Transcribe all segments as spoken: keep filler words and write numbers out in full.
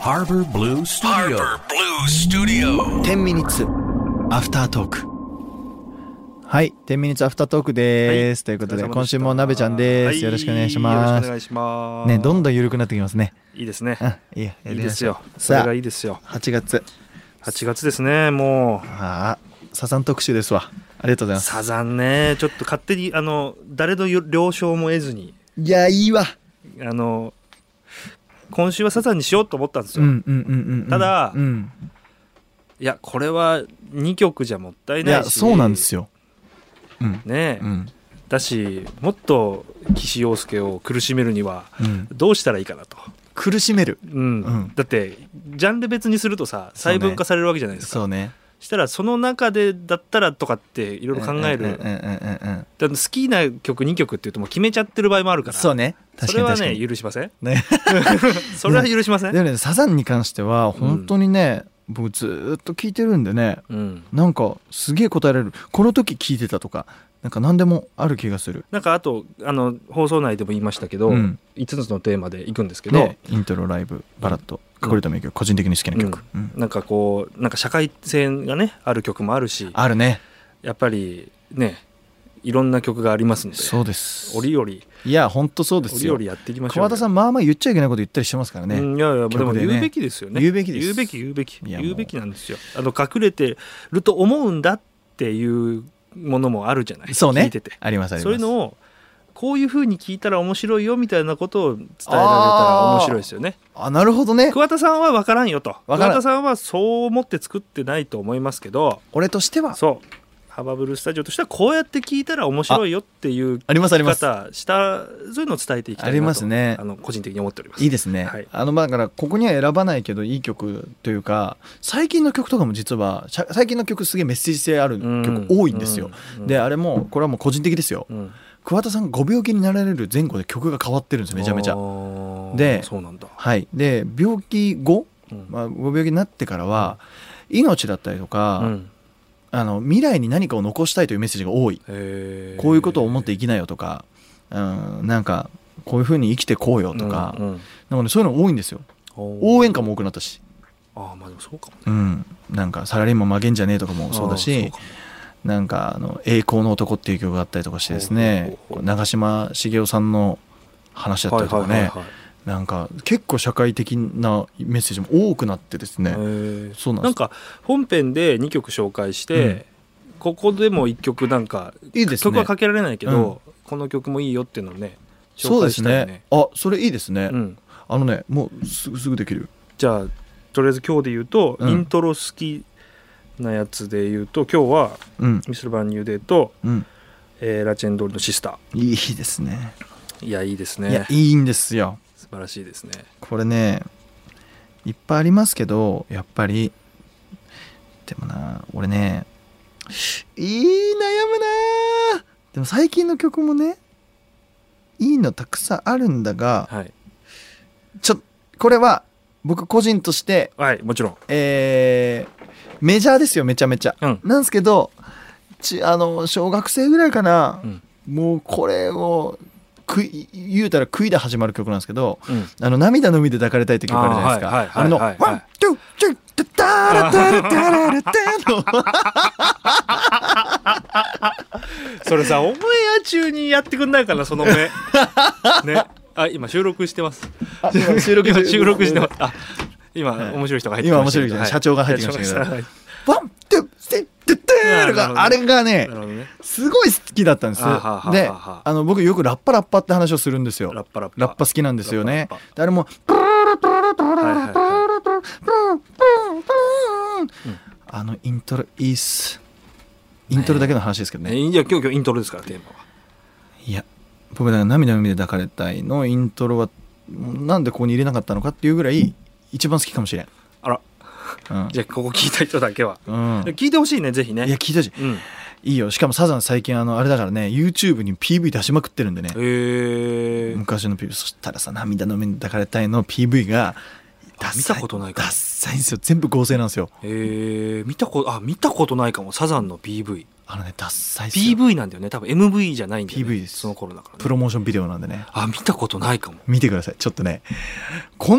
Harbor Blue Studio. Harbor Blue Studio. テンミニッツアフタートーク。はい、テンミニッツアフタートークです、はい、ということで今週もなべちゃんです、はい、よろしくお願いします。 よろしくお願いします。 ね、どんどん緩くなってきますね。 いいですね。 あ、いい、 いいですよ。それがいいですよ。 はちがつはちがつですね。もうあサザン特集ですわ。ありがとうございます。 サザンね、ちょっと勝手にあの誰の了承も得ずに、 いやいいわ、 あの今週はサザンにしようと思ったんですよ。 うんうんうんうん、 ただ、 うん、 いやこれはにきょくじゃもったいないし、いやそうなんですよ、うん、 ね、うん、だしもっと岸洋介を苦しめるにはどうしたらいいかなと、うん、 苦しめる、 うんうん、だってジャンル別にするとさ細分化されるわけじゃないですか。 そうね。 したらその中でだったらとかっていろいろ考える、好きな曲にきょくっていうともう決めちゃってる場合もあるから、 そうね、確かに確かに、 それはね許しません、 ね、 それは許しません。 でもね、サザンに関しては本当にね、うん、僕ずっと聞いてるんでね、うん、なんかすげえ答えられる、この時聞いてたとかなんか何でもある気がする。 なんかあとあの放送内でも言いましたけど、うん、いつつのテーマでいくんですけど、ね、 イントロ、ライブ、バラッド、隠れた名曲、個人的に好きな曲、 うんうん、なんかこうなんか社会性がねある曲もあるし、 あるね、やっぱりねいろんな曲がありますので、 そうです、 折々、いや本当そうですよ、 折々やっていきましょう。 川田さんまあまあ言っちゃいけないこと言ったりしてますからね、 うん、いやいやでも言うべきですよね、 言うべきです、 言うべき言うべき言うべきなんですよ。あの隠れてると思うんだっていうものもあるじゃない。 そうね、 聞いててありますあります。 そういうのをこういう風に聞いたら面白いよみたいなことを伝えられたら面白いですよね。 あ、なるほどね。 桑田さんは分からんよと、桑田さんはそう思って作ってないと思いますけど、 俺としてはそうハバブルスタジオとしてはこうやって聞いたら面白いよっていうありますあります方したそういうのを伝えていきたいなと、 ありますね、 あの個人的に思っております。 いいですね、はい、あのだからここには選ばないけどいい曲というか、最近の曲とかも実は最近の曲すげえメッセージ性ある曲多いんですよ、うんうん、であれもこれはもう個人的ですよ、うん、桑田さんご病気になられる前後で曲が変わってるんですめちゃめちゃ。で、 そうなんだ、 はい、で病気後、うんまあ、ご病気になってからは、うん、命だったりとか、うん、あの未来に何かを残したいというメッセージが多い。こういうことを思って生きなよとか、うん、なんかこういう風に生きてこうよとか、うんうん、なんかね、そういうの多いんですよ。応援歌も多くなったし、 あ、まあでもそうかもね、 うん、なんかサラリーマン曲げんじゃねえとかもそうだし、なんかあの栄光の男っていう曲があったりとかしてですね、長嶋茂雄さんの話だったりとかね、はいはいはいはい、なんか結構社会的なメッセージも多くなってですね、そうなんです。 なんか本編でにきょく紹介して、うん、ここでもいっきょくなんかいいです、ね、曲はかけられないけど、うん、この曲もいいよっていうのをね紹介したいね。 そうですね、あ、それいいですね、うん、あのねもうすぐすぐできる。 じゃあとりあえず今日で言うと、うん、イントロ好きなやつで言うと今日は、うん、ミスルバンニューデーと、うんえー、ラチェンドルのシスター。いいですね。 いやいいですね。 いやいいんですよ。 素晴らしいですね。これねいっぱいありますけど、やっぱりでもな俺ねいい悩むな。でも最近の曲もねいいのたくさんあるんだが、はい、ちょこれは僕個人としてはいもちろん、 えー、メジャーですよめちゃめちゃ、うん、なんですけどちあの小学生ぐらいかな、うん、もうこれをく言うたら食いで始まる曲なんですけど、うん、あの涙の海で抱かれたいって曲あるじゃないですか。 あ,、はいはいはいはい、あのワンツーツータタラタラタララタのそれさオンエア中にやってくんないかなその目ね。あ、今収録してます。 今収録今収録してます。あ、今、はい、面白い人が入ってきました。 今面白い人、はい、社長が入ってきましたけど、はい、ワンツースリータタラがあれが ね, ねすごい好きだったんです。で、あの僕よくラッパラッパって話をするんですよ。ラッパラッパラッパ好きなんですよね。であれもあのイントロいいっす。イントロだけの話ですけどね。 いや今日今日イントロですからテーマは。 いや僕だから涙の海で抱かれたいのイントロはなんでここに入れなかったのかっていうぐらい一番好きかもしれん。 あら、うん、じゃあここ聞いた人だけは、うん、聞いてほしいねぜひね。 いや聞いてほしい、うん、いいよ。しかもサザン最近あのあれだからね YouTube に ピーブイ 出しまくってるんでね。 へ昔の ピーブイ そしたらさ涙の海で抱かれたいの ピーブイ が見たことないかも。 ダッサいんですよ。全部合成なんですよ。 へえ見たこあ見たことないかもサザンの ピーブイ。 あのねダッサいっすよ。 ピーブイ なんだよね多分 エムブイ じゃないんだよね。 ピーブイ です。 その頃だから、ね、 プロモーションビデオなんでね。 あ見たことないかも。 見てくださいちょっとねこん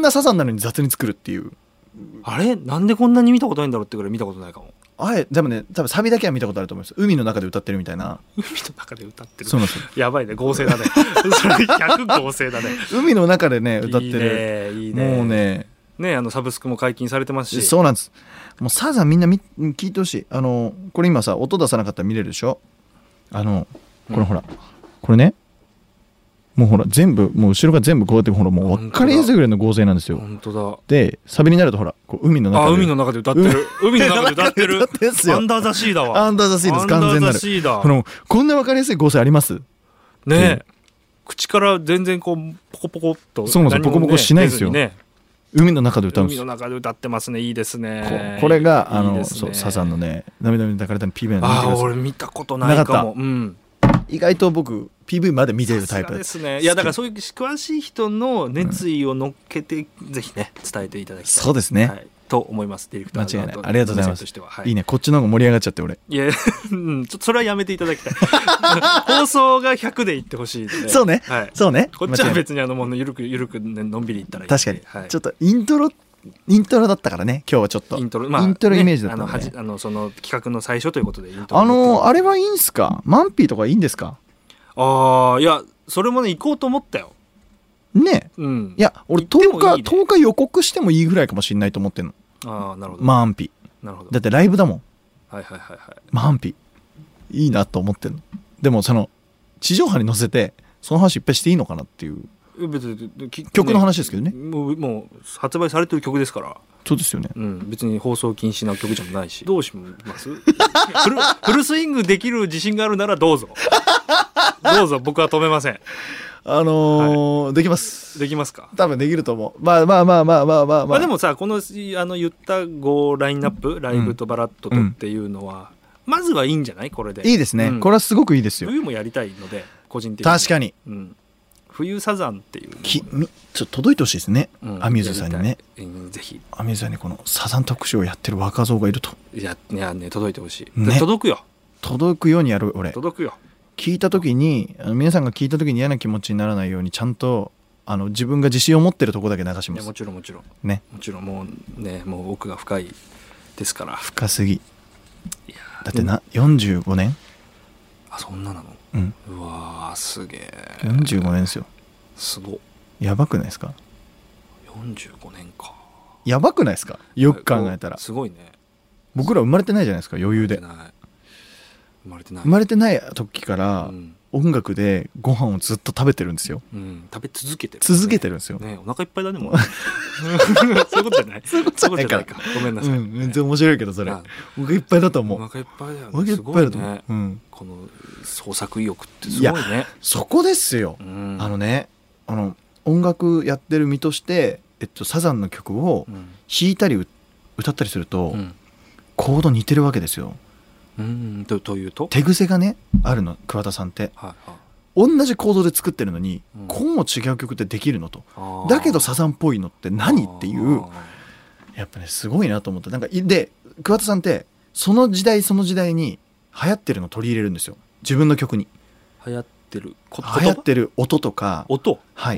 なサザンなのに雑に作るっていう。 あれなんでこんなに見たことないんだろうってぐらい見たことないかも。 あれでもね多分サビだけは見たことあると思います。海の中で歌ってるみたいな。 海の中で歌ってる。 そうなんですよ。 やばいね合成だねそれひゃく合成だね海の中でね歌ってる。 いいねいいね。 もうねねあのサブスクも解禁されてますし。 そうなんです。もうサザンみんなみ聞いてほしい。あのこれ今さ音出さなかったら見れるでしょ。あのこれほら、うん、これねもうほら全部もう後ろが全部こうやってほらもう分かりやすいぐらいの合成なんですよ。 本当だ。 でサビになるとほらこう海の中で。 あ海の中で歌ってる。海の中で歌ってるアンダーザシーだわ。 アンダーザシーです完全なる。アンダーザシーだ。このこんな分かりやすい合成ありますねえ。口から全然こうポコポコっと。 そうなんですよ。ポコポコしないですよ。ね、海の中で歌うんです。 海の中で歌ってますね。いいですね。 こ, これがあのいい、ね、そうサザンのね涙に抱かれた ピーブイ の。 ああ俺見たことないかも。うん。 意外と僕 ピーブイ まで見てるタイプですね。いやだからそういう詳しい人の熱意を乗っけて、うん、ぜひね伝えていただきたい。 そうですね、 はい、と思います。ディレクター間違いない。ありがとうございます。 はい、 いいねこっちの方が盛り上がっちゃって俺。 いや、うん、ちょっとそれはやめていただきたい放送がひゃくでいってほしいので。 そうね、はい、そうね。 こっちは別にあのもうゆるくゆるく、ね、のんびりいったらいい。 確かに、 はい、 ちょっとイントロイントロだったからね今日はちょっとイントロ、まあ、イントロイメージだったので、ね、 あのあのその企画の最初ということでイントロあのあれはいいんすか。マンピーとかいいんですか。 ああいやそれもね行こうと思ったよね。 うん、 いや俺とおかとおか予告してもいいぐらいかもしれないと思ってんの。 ああなるほど。 マンピなるほど。 だってライブだもん。 はいはいはいはい。 マンピいいなと思ってんの。でもその地上波に載せてその話いっぱいしていいのかなっていう。 別に曲の話ですけどね。 もう、もう発売されてる曲ですから。 そうですよね、 うん、別に放送禁止な曲じゃないし。どうしますフ, ルフルスイングできる自信があるならどうぞどうぞ僕は止めません。 あのーはい、できますできますか。 多分できると思う。まあまあまあまあまあまあ、まあ、 でもさこのあの言ったごラインナップ、うん、ライブとバラッドとっていうのは、うん、まずはいいんじゃない。これでいいですね、うん、これはすごくいいですよ。 冬もやりたいので個人的に。 確かに、 うん、冬サザンっていうきみちょっと届いてほしいですね、うん、アミューズさんにね、 うん、ぜひアミューズさんにこのサザン特集をやってる若造がいると。 いやいやね届いてほしい、ね、届くよ。 届くようにやる俺。 届くよ。 聞いた時に皆さんが聞いた時に嫌な気持ちにならないようにちゃんとあの自分が自信を持ってるところだけ流します。 いやもちろんもちろんね。 もちろんもうねもう奥が深いですから。 深すぎ。いやだってな、うん、よんじゅうごねん。 あそんななの。 うん。 うわーすげえ。 よんじゅうごねんですよ。 すご。 やばくないですか。 よんじゅうごねんか。 やばくないですか。よく考えたら。 すごいね。 僕ら生まれてないじゃないですか余裕で。 生まれてない。 生まれてない時から、うん、音楽でご飯をずっと食べてるんですよ、 うん、食べ続けてる、 ね、続けてるんですよ、 ね、お腹いっぱいだねもうそういうことじゃない。そういうことじゃないか。ごめんなさい、うん、 全然面白いけどそれお腹いっぱいだと思う。 お腹いっぱいだよね。 お腹いっぱいだと思う、ね、うん、 この創作意欲ってすごいね。いやそこですよ、うん、あのねあの音楽やってる身として、えっと、サザンの曲を弾いたり歌ったりすると、うん、コード似てるわけですよ。 うんと、というと手癖がねあるの桑田さんって、はいはい、同じコードで作ってるのに、うん、こうも違う曲ってできるのと。だけどサザンっぽいのって何っていうやっぱねすごいなと思った。なんかで桑田さんってその時代その時代に流行ってるの取り入れるんですよ自分の曲に。 流行ってる流行ってる音とか音、 はい、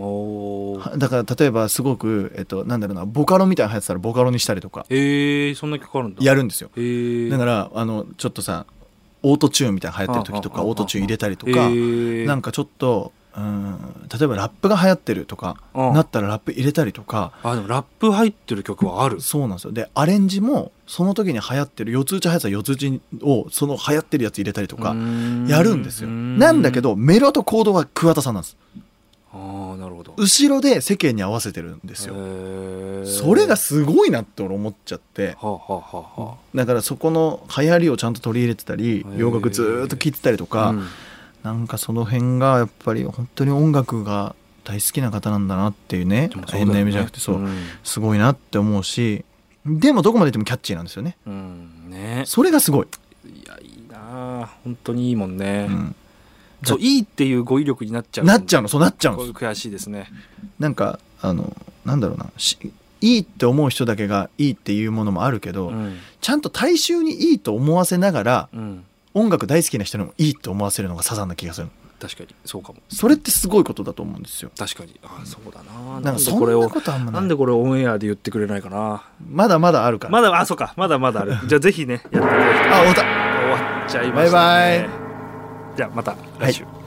だから例えばすごく、えっと、なんだろうなボカロみたいなの流行ってたらボカロにしたりとか、 えー、そんな曲あるんだ。 やるんですよ。 えー、 だからあのちょっとさオートチューンみたいな流行ってる時とかオートチューン入れたりとか、えー、なんかちょっとうん例えばラップが流行ってるとかなったらラップ入れたりとか。 あでもラップ入ってる曲はある。 そうなんですよ。でアレンジもその時に流行ってる四つ打ち流行ってた四つ打ちをその流行ってるやつ入れたりとかやるんですよ。なんだけどメロとコードは桑田さんなんです。 あなるほど。 後ろで世間に合わせてるんですよ。それがすごいなって俺思っちゃって、はあはあはあ、だからそこの流行りをちゃんと取り入れてたり洋楽ずっと聴いてたりとか、うん、なんかその辺がやっぱり本当に音楽が大好きな方なんだなっていうね。変な意味じゃなくてそう、うん、すごいなって思うし、でもどこまでいってもキャッチーなんですよね。 うん、ねそれがすごい。 いやいいな本当にいいもんね、うん、そういいっていう語彙力になっちゃうなっちゃうのそうなっちゃうの。 悔しいですね。 なんかあのなんだろうないいって思う人だけがいいっていうものもあるけど、うん、ちゃんと大衆にいいと思わせながら、うん、音楽大好きな人にもいいと思わせるのがサザンな気がする。 確かにそうかも。 それってすごいことだと思うんですよ。 確かに。ああそうだな。 なんかそんなことあんまない。 なんでこれオンエアで言ってくれないかな。 まだまだあるから。 まだあそうかまだまだある。じゃあぜひねやってください。 あ終わった。 終わっちゃいましたね。 バイバイ。 じゃあまた来週。 はい。